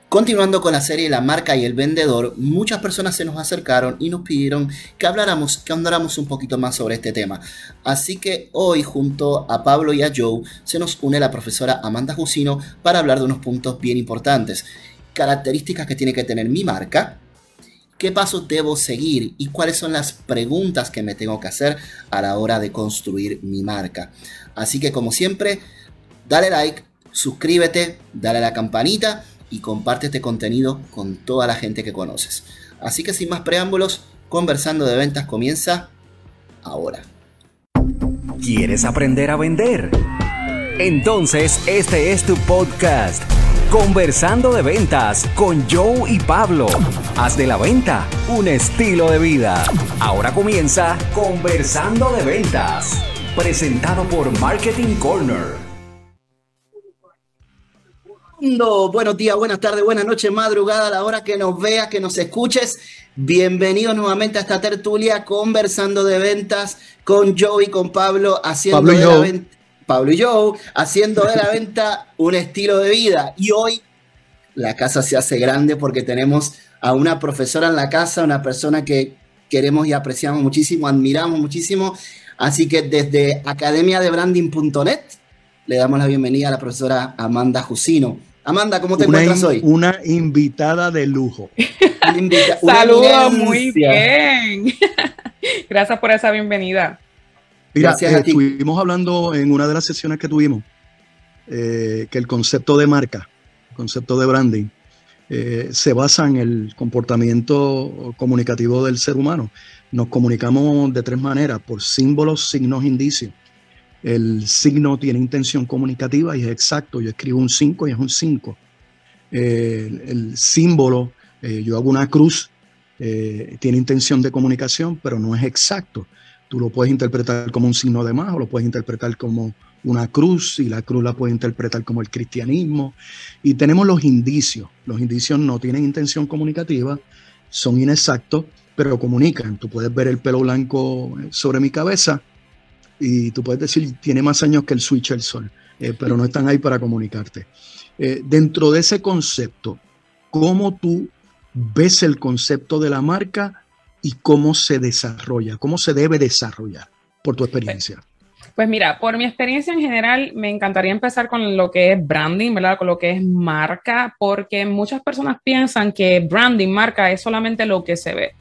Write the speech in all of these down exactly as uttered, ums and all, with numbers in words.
Continuando con la serie La marca y el vendedor, muchas personas se nos acercaron y nos pidieron que habláramos, que ahondáramos un poquito más sobre este tema. Así que hoy, junto a Pablo y a Joe, se nos une la profesora Amanda Jusino para hablar de unos puntos bien importantes. Características que tiene que tener mi marca, qué pasos debo seguir y cuáles son las preguntas que me tengo que hacer a la hora de construir mi marca. Así que, como siempre, dale like, suscríbete, dale a la campanita y comparte este contenido con toda la gente que conoces. Así que sin más preámbulos, Conversando de Ventas comienza ahora. ¿Quieres aprender a vender? Entonces este es tu podcast, Conversando de Ventas con Joe y Pablo. Haz de la venta un estilo de vida. Ahora comienza Conversando de Ventas, presentado por Marketing Corner. Buenos días, buenas tardes, buenas noches, madrugada, a la hora que nos veas, que nos escuches. Bienvenidos nuevamente a esta tertulia Conversando de Ventas con Joe y con Pablo, haciendo Pablo y de Joe. la venta, Pablo y Joe, haciendo de la venta un estilo de vida. Y hoy la casa se hace grande porque tenemos a una profesora en la casa, una persona que queremos y apreciamos muchísimo, admiramos muchísimo. Así que desde academia de branding punto net le damos la bienvenida a la profesora Amanda Jusino. Amanda, ¿cómo te una encuentras in, hoy? Una invitada de lujo. Una invita Saludos, muy bien. Gracias por esa bienvenida. Mira, Gracias eh, a ti. Estuvimos hablando en una de las sesiones que tuvimos eh, que el concepto de marca, el concepto de branding, eh, se basa en el comportamiento comunicativo del ser humano. Nos comunicamos de tres maneras: por símbolos, signos, indicios. El signo tiene intención comunicativa y es exacto. Yo escribo un cinco y es un cinco. Eh, el, el símbolo, eh, yo hago una cruz, eh, tiene intención de comunicación, pero no es exacto. Tú lo puedes interpretar como un signo de más o lo puedes interpretar como una cruz, y la cruz la puedes interpretar como el cristianismo. Y tenemos los indicios. Los indicios no tienen intención comunicativa, son inexactos, pero comunican. Tú puedes ver el pelo blanco sobre mi cabeza y tú puedes decir, tiene más años que el switch del sol, eh, pero no están ahí para comunicarte. Eh, dentro de ese concepto, ¿cómo tú ves el concepto de la marca y cómo se desarrolla? ¿Cómo se debe desarrollar por tu experiencia? Pues mira, por mi experiencia en general, me encantaría empezar con lo que es branding, ¿verdad? Con lo que es marca, porque muchas personas piensan que branding, marca, es solamente lo que se ve.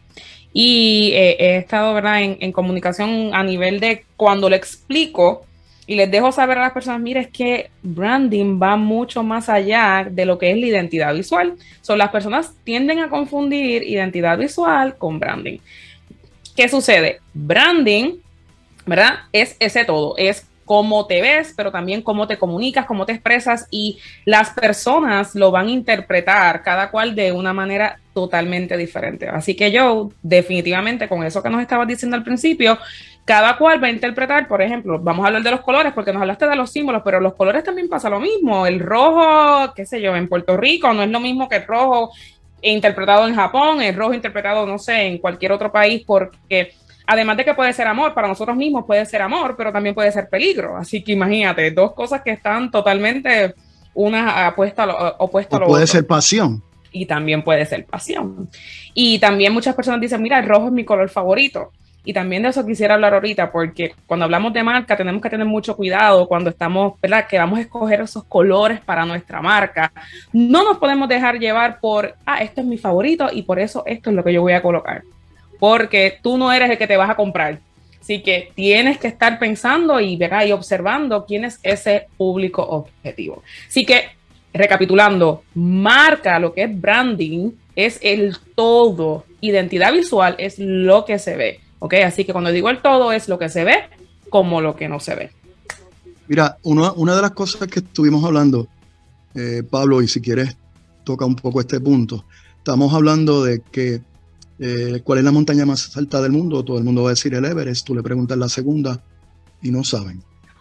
Y eh, he estado, ¿verdad?, en, en comunicación a nivel de cuando le explico y les dejo saber a las personas, mira, es que branding va mucho más allá de lo que es la identidad visual. So, las personas tienden a confundir identidad visual con branding. ¿Qué sucede? Branding, ¿verdad?, es ese todo, es cómo te ves, pero también cómo te comunicas, cómo te expresas, y las personas lo van a interpretar cada cual de una manera totalmente diferente. Así que yo, definitivamente, con eso que nos estabas diciendo al principio, cada cual va a interpretar, por ejemplo, vamos a hablar de los colores, porque nos hablaste de los símbolos, pero los colores también pasa lo mismo. El rojo, qué sé yo, en Puerto Rico no es lo mismo que el rojo interpretado en Japón, el rojo interpretado, no sé, en cualquier otro país, porque además de que puede ser amor, para nosotros mismos puede ser amor, pero también puede ser peligro. Así que imagínate, dos cosas que están totalmente una apuesta a lo, opuesta a lo otro. Puede otro. ser pasión. Y también puede ser pasión. Y también muchas personas dicen, mira, el rojo es mi color favorito. Y también de eso quisiera hablar ahorita, porque cuando hablamos de marca tenemos que tener mucho cuidado cuando estamos, ¿verdad?, que vamos a escoger esos colores para nuestra marca. No nos podemos dejar llevar por, ah, esto es mi favorito y por eso esto es lo que yo voy a colocar. Porque tú no eres el que te vas a comprar. Así que tienes que estar pensando y, ¿verdad?, y observando quién es ese público objetivo. Así que, recapitulando, marca, lo que es branding, es el todo. Identidad visual es lo que se ve. ¿Ok? Así que cuando digo el todo, es lo que se ve como lo que no se ve. Mira, una, una de las cosas que estuvimos hablando, eh, Pablo, y si quieres toca un poco este punto, estamos hablando de que Eh, ¿cuál es la montaña más alta del mundo? Todo el mundo va a decir el Everest. Tú le preguntas la segunda y no saben.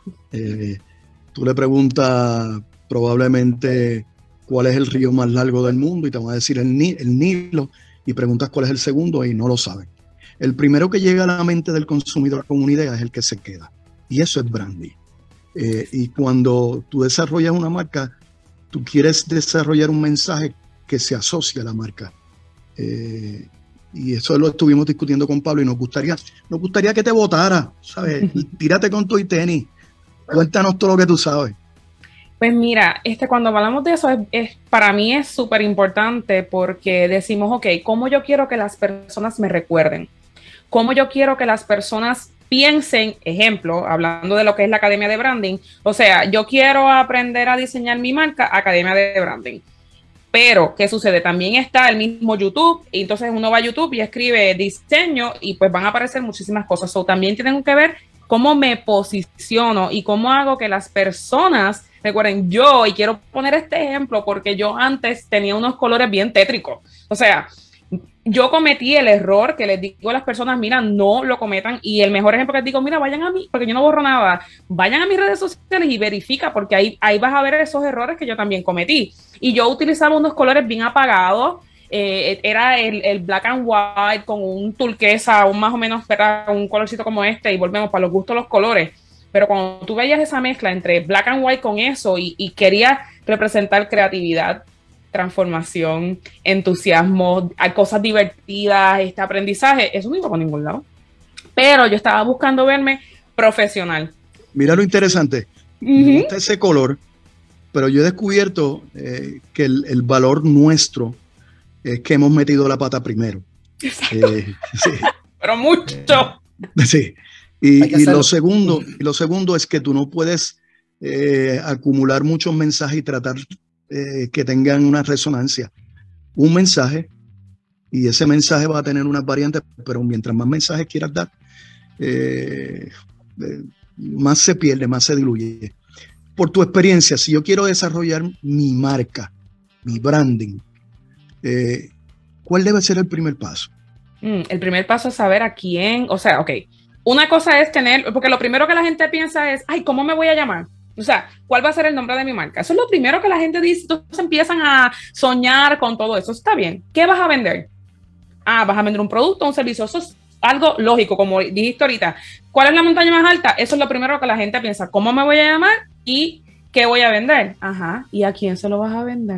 Eh, tú le preguntas probablemente cuál es el río más largo del mundo y te van a decir el, Ni- el Nilo, y preguntas cuál es el segundo y no lo saben. El primero que llega a la mente del consumidor con una idea es el que se queda, y eso es branding. Eh, y cuando tú desarrollas una marca, tú quieres desarrollar un mensaje que se asocia a la marca. Eh, y eso lo estuvimos discutiendo con Pablo y nos gustaría, nos gustaría que te votara, ¿sabes? Tírate con tu y tenis, cuéntanos todo lo que tú sabes. Pues mira, este, cuando hablamos de eso, es, es, para mí es súper importante porque decimos, ok, ¿cómo yo quiero que las personas me recuerden? ¿Cómo yo quiero que las personas piensen, ejemplo, hablando de lo que es la Academia de Branding? O sea, yo quiero aprender a diseñar mi marca, Academia de Branding. Pero, ¿qué sucede? También está el mismo YouTube, y entonces uno va a YouTube y escribe diseño y pues van a aparecer muchísimas cosas. So, también tienen que ver cómo me posiciono y cómo hago que las personas recuerden yo, y quiero poner este ejemplo porque yo antes tenía unos colores bien tétricos. O sea, yo cometí el error que les digo a las personas, mira, no lo cometan, y el mejor ejemplo que les digo, mira, vayan a mí, porque yo no borro nada, vayan a mis redes sociales y verifica, porque ahí, ahí vas a ver esos errores que yo también cometí. Y yo utilizaba unos colores bien apagados, eh, era el, el black and white con un turquesa, un más o menos, un colorcito como este, y volvemos para los gustos los colores. Pero cuando tú veías esa mezcla entre black and white con eso y, y quería representar creatividad, transformación, entusiasmo, hay cosas divertidas, este aprendizaje, eso no iba por ningún lado. Pero yo estaba buscando verme profesional. Mira lo interesante, uh-huh. Me gusta ese color, pero yo he descubierto eh, que el, el valor nuestro es que hemos metido la pata primero. Eh, sí. Pero mucho. Eh, sí. Y, y, lo segundo, y lo segundo es que tú no puedes eh, acumular muchos mensajes y tratar eh, que tengan una resonancia. Un mensaje, y ese mensaje va a tener unas variantes, pero mientras más mensajes quieras dar, eh, eh, más se pierde, más se diluye. Por tu experiencia, si yo quiero desarrollar mi marca, mi branding, eh, ¿cuál debe ser el primer paso? Mm, el primer paso es saber a quién, o sea, ok. Una cosa es tener, porque lo primero que la gente piensa es, ay, ¿cómo me voy a llamar? O sea, ¿cuál va a ser el nombre de mi marca? Eso es lo primero que la gente dice. Entonces empiezan a soñar con todo eso. Está bien. ¿Qué vas a vender? Ah, vas a vender un producto, un servicio. Eso es algo lógico, como dijiste ahorita. ¿Cuál es la montaña más alta? Eso es lo primero que la gente piensa. ¿Cómo me voy a llamar? ¿Y qué voy a vender? Ajá. ¿Y a quién se lo vas a vender?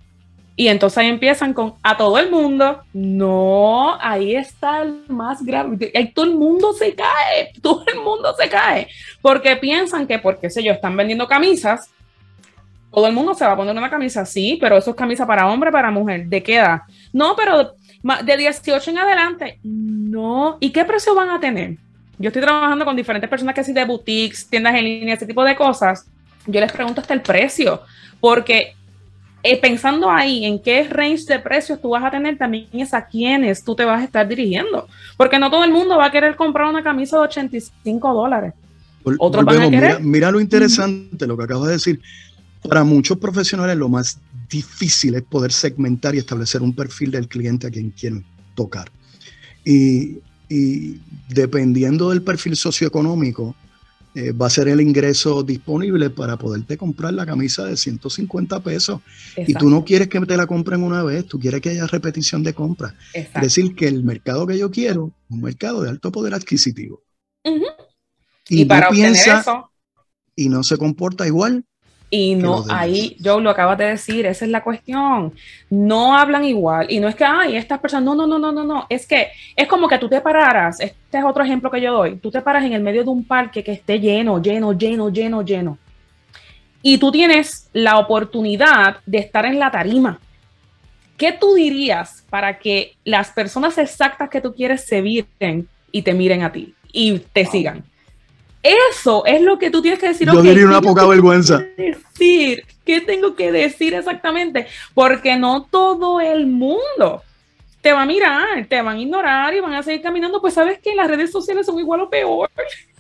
Y entonces ahí empiezan con a todo el mundo. No, ahí está el más grave. Ahí todo el mundo se cae, todo el mundo se cae. Porque piensan que, porque sé yo, están vendiendo camisas, todo el mundo se va a poner una camisa, sí, pero eso es camisa para hombre, para mujer. ¿De qué edad? No, pero de dieciocho en adelante. No. ¿Y qué precio van a tener? Yo estoy trabajando con diferentes personas que así de boutiques, tiendas en línea, ese tipo de cosas. Yo les pregunto hasta el precio, porque Eh, pensando ahí en qué range de precios tú vas a tener, también es a quiénes tú te vas a estar dirigiendo, porque no todo el mundo va a querer comprar una camisa de ochenta y cinco dólares. Otros van a querer. Mira, mira lo interesante, uh-huh. Lo que acabas de decir. Para muchos profesionales lo más difícil es poder segmentar y establecer un perfil del cliente a quien quieren tocar. Y, y dependiendo del perfil socioeconómico, Eh, va a ser el ingreso disponible para poderte comprar la camisa de ciento cincuenta pesos. Exacto. Y tú no quieres que te la compren una vez, tú quieres que haya repetición de compra. Es decir, que el mercado que yo quiero es un mercado de alto poder adquisitivo. Uh-huh. Y, y para no piensa eso, y no se comporta igual. Y no, ahí, Joe, lo acabas de decir, esa es la cuestión. No hablan igual. Y no es que, ay, estas personas, no, no, no, no, no, no. Es que es como que tú te pararas, este es otro ejemplo que yo doy, tú te paras en el medio de un parque que esté lleno, lleno, lleno, lleno, lleno. Y tú tienes la oportunidad de estar en la tarima. ¿Qué tú dirías para que las personas exactas que tú quieres se viren y te miren a ti y te wow. sigan? Eso es lo que tú tienes que decir. Yo okay, diría una poca vergüenza. Decir, ¿qué tengo que decir exactamente? Porque no todo el mundo te va a mirar, te van a ignorar y van a seguir caminando. Pues sabes que las redes sociales son igual o peor.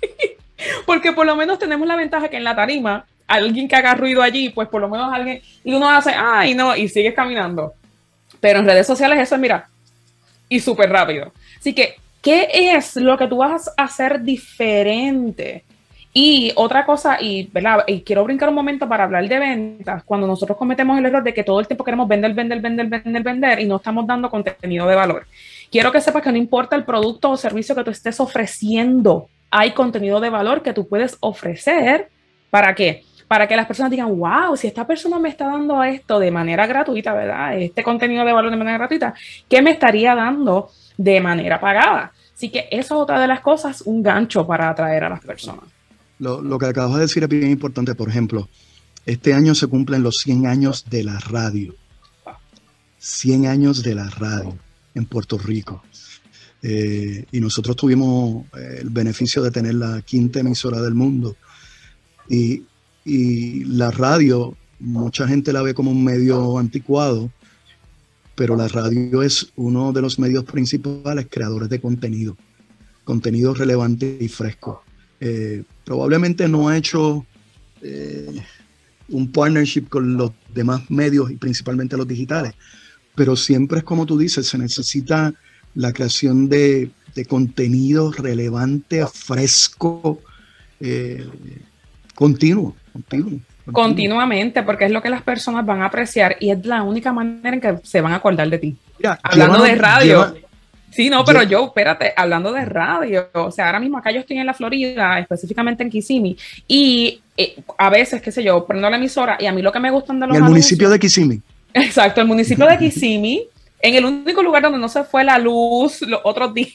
Porque por lo menos tenemos la ventaja que en la tarima, alguien que haga ruido allí, pues por lo menos alguien, y uno hace, ay no, y sigues caminando. Pero en redes sociales eso es, mira, y súper rápido. Así que, ¿qué es lo que tú vas a hacer diferente? Y otra cosa, y, ¿verdad? Y quiero brincar un momento para hablar de ventas, cuando nosotros cometemos el error de que todo el tiempo queremos vender, vender, vender, vender, vender, y no estamos dando contenido de valor. Quiero que sepas que no importa el producto o servicio que tú estés ofreciendo, hay contenido de valor que tú puedes ofrecer. ¿Para qué? para que las personas digan, wow, si esta persona me está dando esto de manera gratuita, ¿verdad? Este contenido de valor de manera gratuita, ¿qué me estaría dando de manera pagada? Así que eso es otra de las cosas, un gancho para atraer a las personas. Lo, lo que acabas de decir es bien importante. Por ejemplo, este año se cumplen los cien años de la radio. cien años de la radio en Puerto Rico. Eh, y nosotros tuvimos eh, el beneficio de tener la quinta emisora del mundo. Y, y la radio, mucha gente la ve como un medio anticuado, pero la radio es uno de los medios principales creadores de contenido, contenido relevante y fresco. Eh, probablemente no ha hecho eh, un partnership con los demás medios y principalmente los digitales, pero siempre es como tú dices, se necesita la creación de, de contenido relevante, fresco, eh, continuo, continuo, continuo. Continuamente, porque es lo que las personas van a apreciar y es la única manera en que se van a acordar de ti. Mira, hablando lleva, de radio. Lleva, sí, no, pero yo, espérate, hablando de radio, o sea, ahora mismo acá yo estoy en la Florida, específicamente en Kissimmee, y eh, a veces, qué sé yo, prendo la emisora y a mí lo que me gustan de los en el anuncios, municipio de Kissimmee. Exacto, el municipio de Kissimmee, en el único lugar donde no se fue la luz los otros días.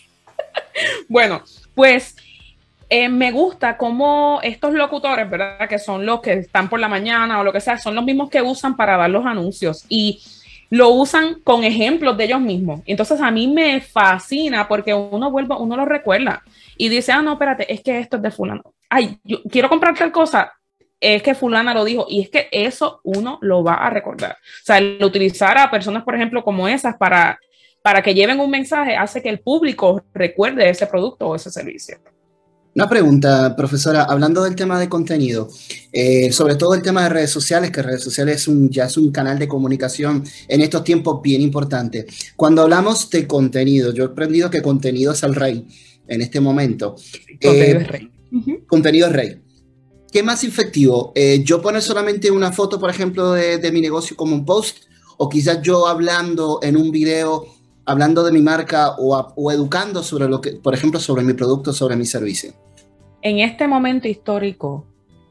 Bueno, pues eh, me gusta cómo estos locutores, ¿verdad? Que son los que están por la mañana o lo que sea, son los mismos que usan para dar los anuncios y lo usan con ejemplos de ellos mismos. Entonces a mí me fascina porque uno vuelve, uno lo recuerda y dice, ah, no, espérate, es que esto es de fulano. Ay, yo quiero comprar tal cosa. Es que fulana lo dijo, y es que eso uno lo va a recordar. O sea, el utilizar a personas, por ejemplo, como esas para, para que lleven un mensaje hace que el público recuerde ese producto o ese servicio. Una pregunta, profesora, hablando del tema de contenido, eh, sobre todo el tema de redes sociales, que redes sociales es un, ya es un canal de comunicación en estos tiempos bien importante. Cuando hablamos de contenido, yo he aprendido que contenido es el rey en este momento. Contenido eh, es rey. Uh-huh. Contenido es rey. ¿Qué más efectivo? Eh, ¿Yo poner solamente una foto, por ejemplo, de, de mi negocio como un post? ¿O quizás yo hablando en un video, hablando de mi marca o, a, o educando sobre lo que, por ejemplo, sobre mi producto, sobre mi servicio? En este momento histórico,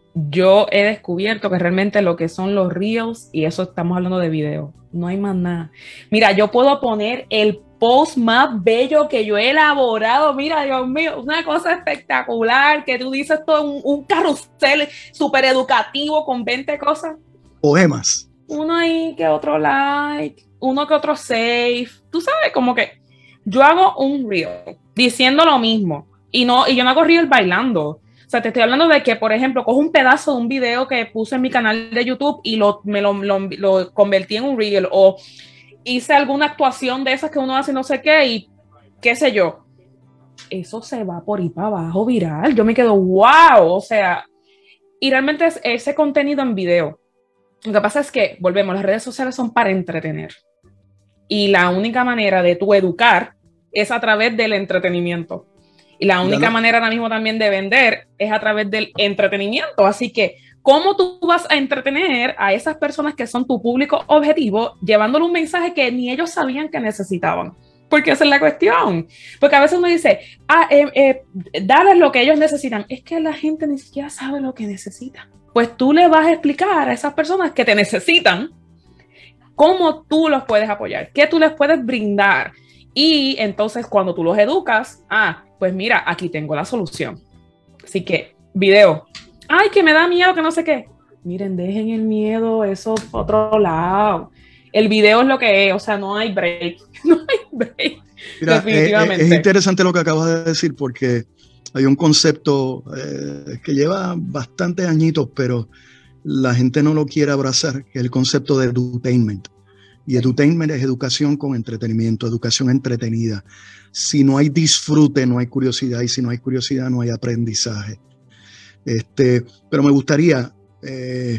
yo he descubierto que realmente lo que son los reels, y eso estamos hablando de video, no hay más nada. Mira, yo puedo poner el post más bello que yo he elaborado, mira, Dios mío, una cosa espectacular, que tú dices todo un, un carrusel súper educativo con veinte cosas. Poemas. Uno ahí, que otro like, uno que otro save, tú sabes, como que yo hago un reel diciendo lo mismo, y, no, y yo no hago reel bailando. O sea, te estoy hablando de que, por ejemplo, cojo un pedazo de un video que puse en mi canal de YouTube y lo, me lo, lo, lo convertí en un reel, o hice alguna actuación de esas que uno hace no sé qué y qué sé yo. Eso se va por ahí para abajo viral. Yo me quedo, wow, o sea, y realmente es ese contenido en video. Lo que pasa es que, volvemos, las redes sociales son para entretener. Y la única manera de tú educar es a través del entretenimiento. Y la única no. manera ahora mismo también de vender es a través del entretenimiento. Así que, ¿cómo tú vas a entretener a esas personas que son tu público objetivo llevándole un mensaje que ni ellos sabían que necesitaban? Porque esa es la cuestión. Porque a veces uno dice, ah, eh, eh, darles lo que ellos necesitan. Es que la gente ni siquiera sabe lo que necesita. Pues tú le vas a explicar a esas personas que te necesitan cómo tú los puedes apoyar, qué tú les puedes brindar. Y entonces cuando tú los educas, ah, pues mira, aquí tengo la solución. Así que, video. Ay, que me da miedo, que no sé qué. Miren, dejen el miedo, eso por otro lado. El video es lo que es, o sea, no hay break. No hay break. Mira, definitivamente. Es, es interesante lo que acabas de decir porque hay un concepto eh, que lleva bastantes añitos, pero la gente no lo quiere abrazar, que es el concepto de edutainment. Y edutainment es educación con entretenimiento, educación entretenida. Si no hay disfrute, no hay curiosidad, y si no hay curiosidad, no hay aprendizaje. Este, pero me gustaría eh,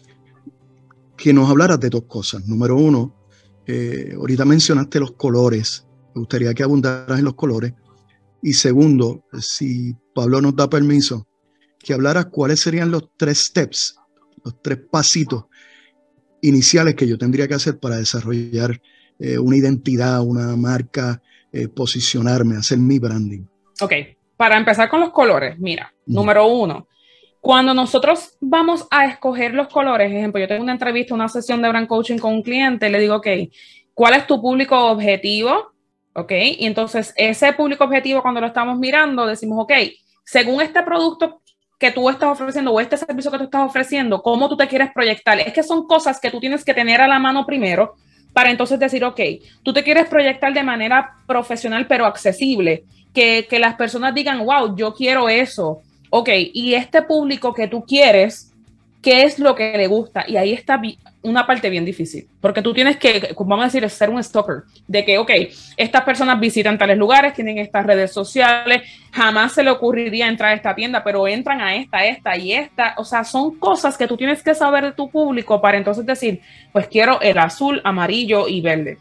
que nos hablaras de dos cosas. Número uno, eh, ahorita mencionaste los colores. Me gustaría que abundaras en los colores. Y segundo, si Pablo nos da permiso, que hablaras cuáles serían los tres steps, los tres pasitos iniciales que yo tendría que hacer para desarrollar eh, una identidad, una marca, eh, posicionarme, hacer mi branding. Ok, para empezar con los colores, mira, mm. número uno, Cuando nosotros vamos a escoger los colores, ejemplo, yo tengo una entrevista, una sesión de brand coaching con un cliente, le digo, ok, ¿cuál es tu público objetivo? Ok, y entonces ese público objetivo cuando lo estamos mirando, decimos, ok, según este producto que tú estás ofreciendo o este servicio que tú estás ofreciendo, ¿cómo tú te quieres proyectar? Es que son cosas que tú tienes que tener a la mano primero para entonces decir, ok, tú te quieres proyectar de manera profesional pero accesible, que, que las personas digan, wow, yo quiero eso. Ok, y este público que tú quieres, ¿qué es lo que le gusta? Y ahí está una parte bien difícil, porque tú tienes que, vamos a decir, ser un stalker, de que, ok, estas personas visitan tales lugares, tienen estas redes sociales, jamás se le ocurriría entrar a esta tienda, pero entran a esta, esta y esta, o sea, son cosas que tú tienes que saber de tu público para entonces decir, pues quiero el azul, amarillo y verde.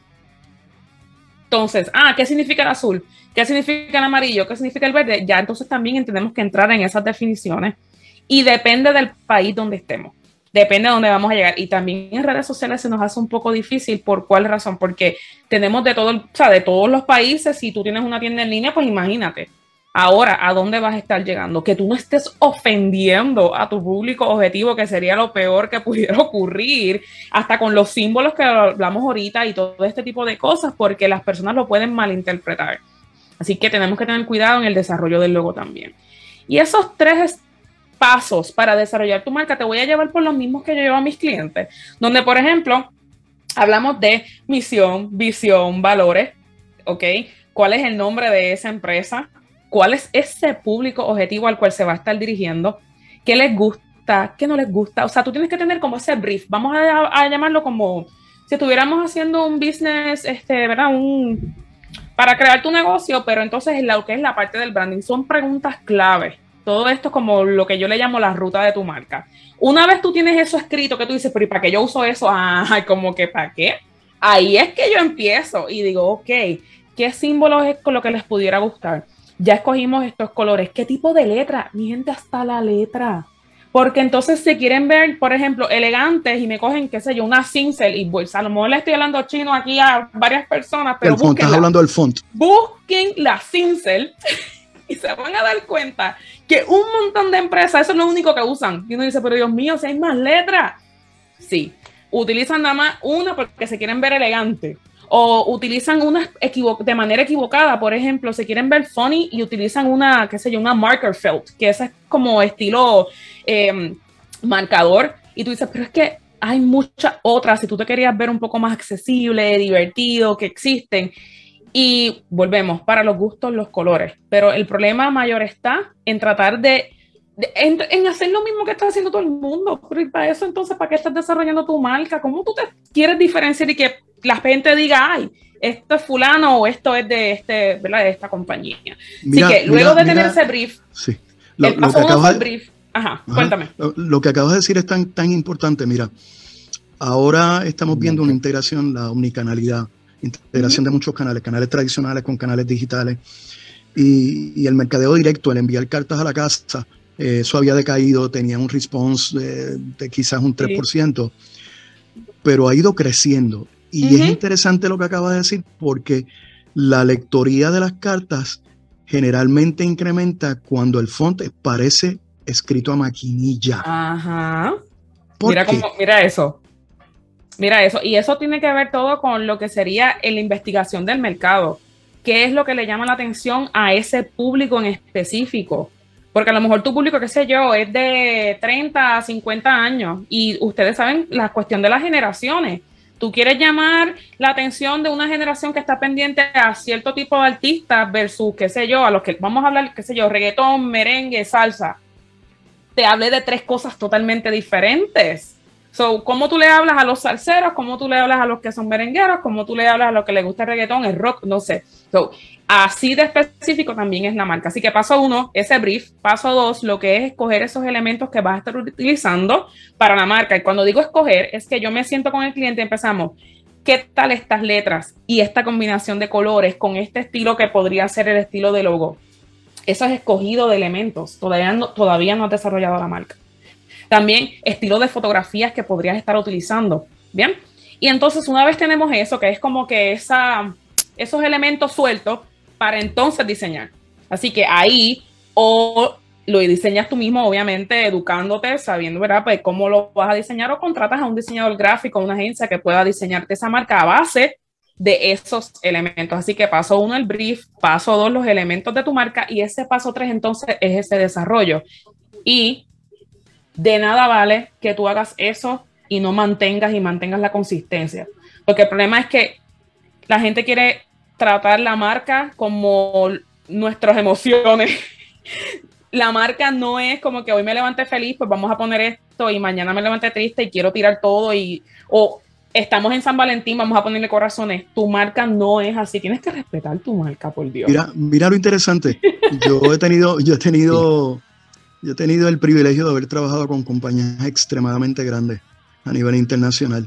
Entonces, ah, ¿qué significa el azul? ¿Qué significa el amarillo? ¿Qué significa el verde? Ya entonces también tenemos que entrar en esas definiciones y depende del país donde estemos, depende de dónde vamos a llegar. Y también en redes sociales se nos hace un poco difícil. ¿Por cuál razón? Porque tenemos de todo, o sea, de todos los países. Si tú tienes una tienda en línea, pues imagínate. Ahora, ¿a dónde vas a estar llegando? Que tú no estés ofendiendo a tu público objetivo, que sería lo peor que pudiera ocurrir, hasta con los símbolos que hablamos ahorita y todo este tipo de cosas, porque las personas lo pueden malinterpretar. Así que tenemos que tener cuidado en el desarrollo del logo también. Y esos tres pasos para desarrollar tu marca te voy a llevar por los mismos que yo llevo a mis clientes, donde, por ejemplo, hablamos de misión, visión, valores, ¿ok? ¿Cuál es el nombre de esa empresa? ¿Cuál es ese público objetivo al cual se va a estar dirigiendo? ¿Qué les gusta? ¿Qué no les gusta? O sea, tú tienes que tener como ese brief. Vamos a, a llamarlo como si estuviéramos haciendo un business, este, ¿verdad? Un, para crear tu negocio, pero entonces lo que es la parte del branding son preguntas clave. Todo esto es como lo que yo le llamo la ruta de tu marca. Una vez tú tienes eso escrito, que tú dices, pero ¿y para qué yo uso eso? Ah, como que ¿para qué? Ahí es que yo empiezo y digo, ok, ¿qué símbolos es con lo que les pudiera gustar? Ya escogimos estos colores. ¿Qué tipo de letra? Mi gente, hasta la letra. Porque entonces si quieren ver, por ejemplo, elegantes y me cogen, qué sé yo, una cincel y pues, a lo mejor le estoy hablando chino aquí a varias personas, pero el font, estás hablando del font. Busquen la cincel y se van a dar cuenta que un montón de empresas, eso es lo único que usan. Y uno dice, pero Dios mío, si hay más letras. Sí, utilizan nada más una porque se quieren ver elegantes. O utilizan una de manera equivocada, por ejemplo, se quieren ver funny y utilizan una, qué sé yo, una marker felt, que ese es como estilo eh, marcador. Y tú dices, pero es que hay muchas otras, si tú te querías ver un poco más accesible, divertido, que existen. Y volvemos, para los gustos, los colores. Pero el problema mayor está en tratar de, de en, en hacer lo mismo que está haciendo todo el mundo. Pero para eso, entonces, ¿para qué estás desarrollando tu marca? ¿Cómo tú te quieres diferenciar y que la gente diga, ay, esto es fulano o esto es de este, ¿verdad? De esta compañía? Mira, Así que luego mira, de tener mira, ese brief, sí. lo, el lo paso que uno acabas es el brief. Ajá, Ajá, cuéntame. Lo, lo que acabas de decir es tan, tan importante. Mira, ahora estamos viendo una integración, la omnicanalidad, integración uh-huh. de muchos canales, canales tradicionales con canales digitales. Y, y el mercadeo directo, el enviar cartas a la casa, eh, eso había decaído, tenía un response de, de quizás un tres por ciento, sí. pero ha ido creciendo. Y uh-huh. es interesante lo que acabas de decir, porque la lectoría de las cartas generalmente incrementa cuando el font parece escrito a maquinilla. Ajá. Mira, cómo, mira eso. Mira eso. Y eso tiene que ver todo con lo que sería la investigación del mercado. ¿Qué es lo que le llama la atención a ese público en específico? Porque a lo mejor tu público, qué sé yo, es de treinta a cincuenta años y ustedes saben la cuestión de las generaciones. Tú quieres llamar la atención de una generación que está pendiente a cierto tipo de artistas versus, qué sé yo, a los que vamos a hablar, qué sé yo, reggaetón, merengue, salsa. Te hablé de tres cosas totalmente diferentes. So, ¿cómo tú le hablas a los salseros? ¿Cómo tú le hablas a los que son merengueros? ¿Cómo tú le hablas a los que les gusta el reggaetón, el rock? No sé. So, así de específico también es la marca. Así que paso uno, ese brief. Paso dos, lo que es escoger esos elementos que vas a estar utilizando para la marca. Y cuando digo escoger, es que yo me siento con el cliente y empezamos, ¿qué tal estas letras y esta combinación de colores con este estilo que podría ser el estilo de logo? Eso es escogido de elementos. Todavía no, todavía no has desarrollado la marca. También estilo de fotografías que podrías estar utilizando, ¿bien? Y entonces una vez tenemos eso, que es como que esa, esos elementos sueltos para entonces diseñar. Así que ahí o lo diseñas tú mismo, obviamente, educándote, sabiendo, ¿verdad? Pues cómo lo vas a diseñar, o contratas a un diseñador gráfico, una agencia que pueda diseñarte esa marca a base de esos elementos. Así que paso uno, el brief, paso dos, los elementos de tu marca, y ese paso tres, entonces, es ese desarrollo. Y de nada vale que tú hagas eso y no mantengas y mantengas la consistencia. Porque el problema es que la gente quiere tratar la marca como nuestras emociones. La marca no es como que hoy me levanté feliz, pues vamos a poner esto, y mañana me levanté triste y quiero tirar todo, y o estamos en San Valentín, vamos a ponerle corazones. Tu marca no es así. Tienes que respetar tu marca, por Dios. Mira, mira lo interesante. Yo he tenido, yo he tenido, yo he tenido el privilegio de haber trabajado con compañías extremadamente grandes a nivel internacional,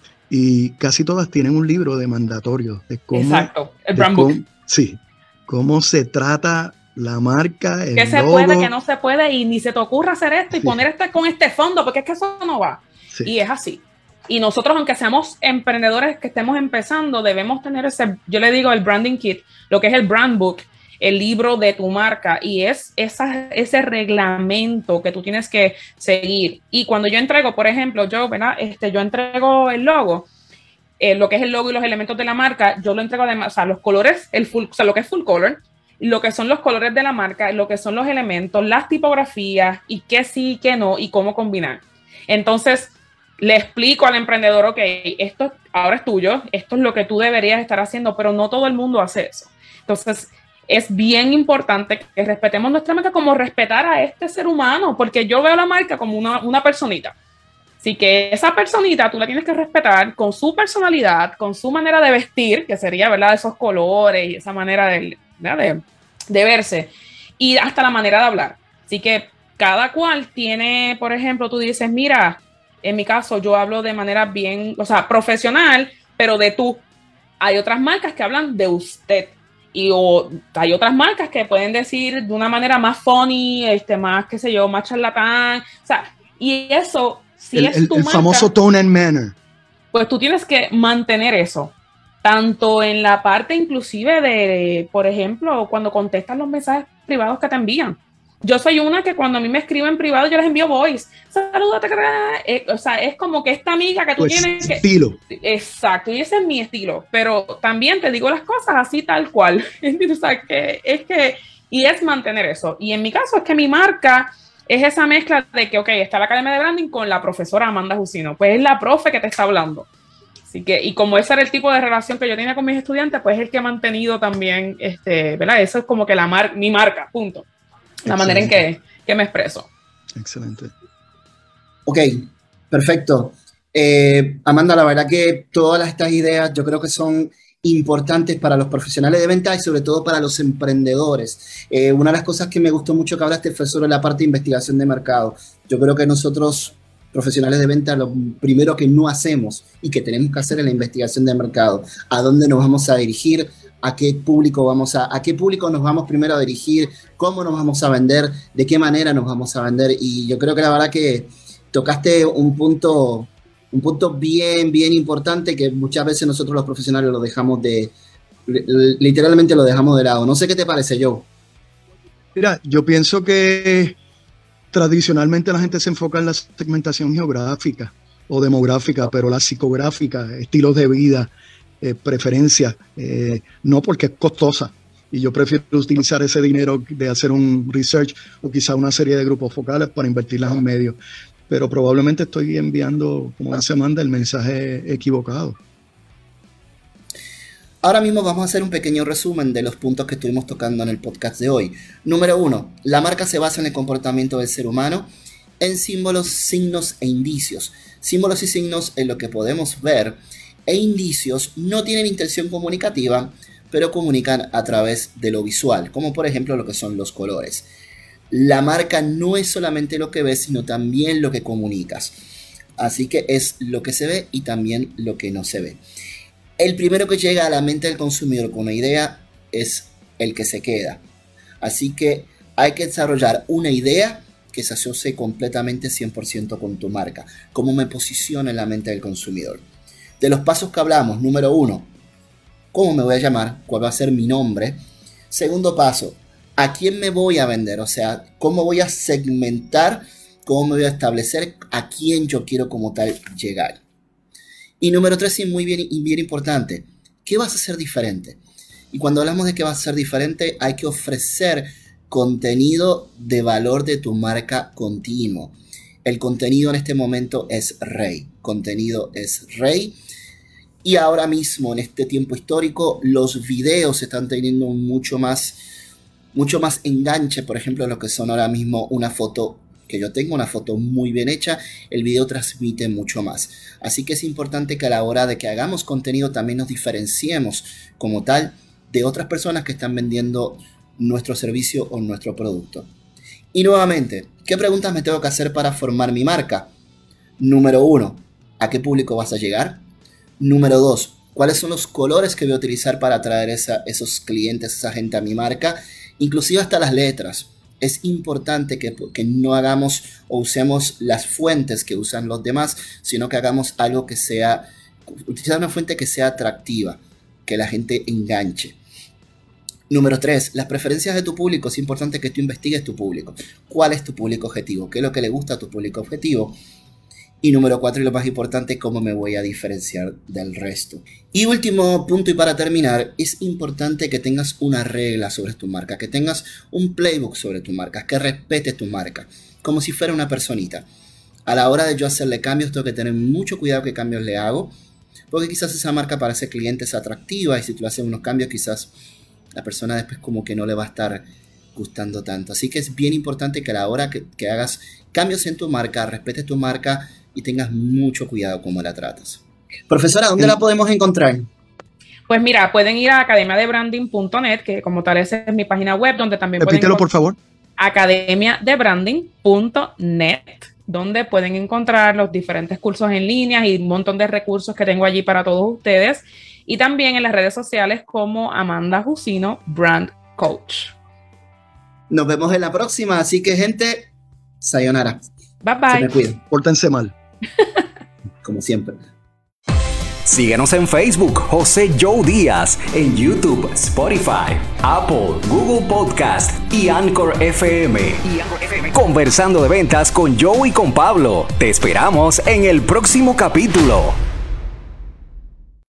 y casi todas tienen un libro de mandatorio de cómo, exacto, el brand book. Cómo, sí, cómo se trata la marca, el que se logo. puede, que no se puede, y ni se te ocurra hacer esto y sí. poner esto con este fondo, porque es que eso no va. Sí. Y es así. Y nosotros, aunque seamos emprendedores que estemos empezando, debemos tener ese, yo le digo el branding kit, lo que es el brand book, el libro de tu marca, y es esa, ese reglamento que tú tienes que seguir. Y cuando yo entrego, por ejemplo, yo, ¿verdad? Este, yo entrego el logo, eh, lo que es el logo y los elementos de la marca, yo lo entrego además, o sea, los colores, el full, o sea, lo que es full color, lo que son los colores de la marca, lo que son los elementos, las tipografías, y qué sí, qué no, y cómo combinar. Entonces, le explico al emprendedor, ok, esto ahora es tuyo, esto es lo que tú deberías estar haciendo, pero no todo el mundo hace eso. Entonces, es bien importante que respetemos nuestra marca como respetar a este ser humano, porque yo veo la marca como una, una personita. Así que esa personita tú la tienes que respetar con su personalidad, con su manera de vestir, que sería, ¿verdad?, esos colores y esa manera de, de, de verse, y hasta la manera de hablar. Así que cada cual tiene, por ejemplo, tú dices, mira, en mi caso yo hablo de manera bien, o sea, profesional, pero de tú. Hay otras marcas que hablan de usted. Y o, hay otras marcas que pueden decir de una manera más funny, este, más, qué sé yo, más charlatán. O sea, y eso, si el, es el, tu el marca, famoso tone and manner. Pues tú tienes que mantener eso. Tanto en la parte inclusive de, por ejemplo, cuando contestas los mensajes privados que te envían. Yo soy una que cuando a mí me escriben privado, yo les envío voice. Salúdate. Eh, o sea, es como que esta amiga que tú pues tienes. Que, estilo. Exacto, y ese es mi estilo. Pero también te digo las cosas así tal cual. O sea, que es que, y es mantener eso. Y en mi caso es que mi marca es esa mezcla de que, ok, está la Academia de Branding con la profesora Amanda Jusino. Pues es la profe que te está hablando. Así que, y como ese era el tipo de relación que yo tenía con mis estudiantes, pues es el que he mantenido también, este, ¿verdad? Eso es como que la mar, mi marca, punto. La Excelente. manera en que, que me expreso. Excelente. Ok, perfecto. Eh, Amanda, la verdad que todas estas ideas yo creo que son importantes para los profesionales de venta y sobre todo para los emprendedores. Eh, una de las cosas que me gustó mucho que hablaste fue sobre la parte de investigación de mercado. Yo creo que nosotros, profesionales de venta, lo primero que no hacemos y que tenemos que hacer es la investigación de mercado. ¿A dónde nos vamos a dirigir? ¿A qué público vamos a, a qué público nos vamos primero a dirigir? ¿Cómo nos vamos a vender? ¿De qué manera nos vamos a vender? Y yo creo que la verdad que tocaste un punto, un punto bien, bien importante que muchas veces nosotros los profesionales lo dejamos de, literalmente lo dejamos de lado. No sé qué te parece, Joe. Mira, yo pienso que tradicionalmente la gente se enfoca en la segmentación geográfica o demográfica, pero la psicográfica, estilos de vida, Eh, preferencia, eh, no porque es costosa, y yo prefiero utilizar ese dinero de hacer un research o quizá una serie de grupos focales para invertirlas en medios, pero probablemente estoy enviando, como dice Amanda, el mensaje equivocado. Ahora mismo vamos a hacer un pequeño resumen de los puntos que estuvimos tocando en el podcast de hoy. Número uno, la marca se basa en el comportamiento del ser humano, en símbolos, signos e indicios. Símbolos y signos en lo que podemos ver, e indicios no tienen intención comunicativa, pero comunican a través de lo visual, como por ejemplo lo que son los colores. La marca no es solamente lo que ves, sino también lo que comunicas. Así que es lo que se ve y también lo que no se ve. El primero que llega a la mente del consumidor con una idea es el que se queda. Así que hay que desarrollar una idea que se asocie completamente cien por ciento con tu marca. Cómo me posiciona en la mente del consumidor. De los pasos que hablamos, número uno, ¿cómo me voy a llamar? ¿Cuál va a ser mi nombre? Segundo paso, ¿A quién me voy a vender? O sea, ¿cómo voy a segmentar? ¿Cómo me voy a establecer? ¿A quién yo quiero como tal llegar? Y número tres, y muy bien, bien importante, ¿qué vas a hacer diferente? Y cuando hablamos de qué vas a hacer diferente, hay que ofrecer contenido de valor de tu marca continuo. El contenido en este momento es rey. Contenido es rey. Y ahora mismo, en este tiempo histórico, los videos están teniendo mucho más, mucho más enganche. Por ejemplo, lo que son ahora mismo una foto que yo tengo, una foto muy bien hecha, el video transmite mucho más. Así que es importante que a la hora de que hagamos contenido también nos diferenciemos como tal de otras personas que están vendiendo nuestro servicio o nuestro producto. Y nuevamente, ¿qué preguntas me tengo que hacer para formar mi marca? Número uno, ¿a qué público vas a llegar? Número dos, ¿cuáles son los colores que voy a utilizar para atraer esa, esos clientes, esa gente a mi marca? Inclusive hasta las letras. Es importante que, que no hagamos o usemos las fuentes que usan los demás, sino que hagamos algo que sea, utilizar una fuente que sea atractiva, que la gente enganche. Número tres, las preferencias de tu público. Es importante que tú investigues tu público. ¿Cuál es tu público objetivo? ¿Qué es lo que le gusta a tu público objetivo? Y número cuatro, y lo más importante, ¿cómo me voy a diferenciar del resto? Y último punto, y para terminar, es importante que tengas una regla sobre tu marca, que tengas un playbook sobre tu marca, que respetes tu marca, como si fuera una personita. A la hora de yo hacerle cambios, tengo que tener mucho cuidado qué cambios le hago, porque quizás esa marca para ese cliente es atractiva, y si tú haces unos cambios, quizás la persona después como que no le va a estar gustando tanto. Así que es bien importante que a la hora que, que hagas cambios en tu marca, respetes tu marca y tengas mucho cuidado cómo la tratas. Profesora, ¿dónde la podemos encontrar? Pues mira, pueden ir a academia de branding punto net, que como tal esa es mi página web, donde también Repítelo, pueden... por favor. academia de branding punto net, donde pueden encontrar los diferentes cursos en línea y un montón de recursos que tengo allí para todos ustedes. Y también en las redes sociales como Amanda Jusino, Brand Coach. Nos vemos en la próxima, así que gente, sayonara. Bye bye. Se me cuiden. Pórtense mal. Como siempre. Síguenos en Facebook, José Joe Díaz, en YouTube, Spotify, Apple, Google Podcast y Anchor F M. Y Anchor F M. Conversando de ventas con Joe y con Pablo. Te esperamos en el próximo capítulo.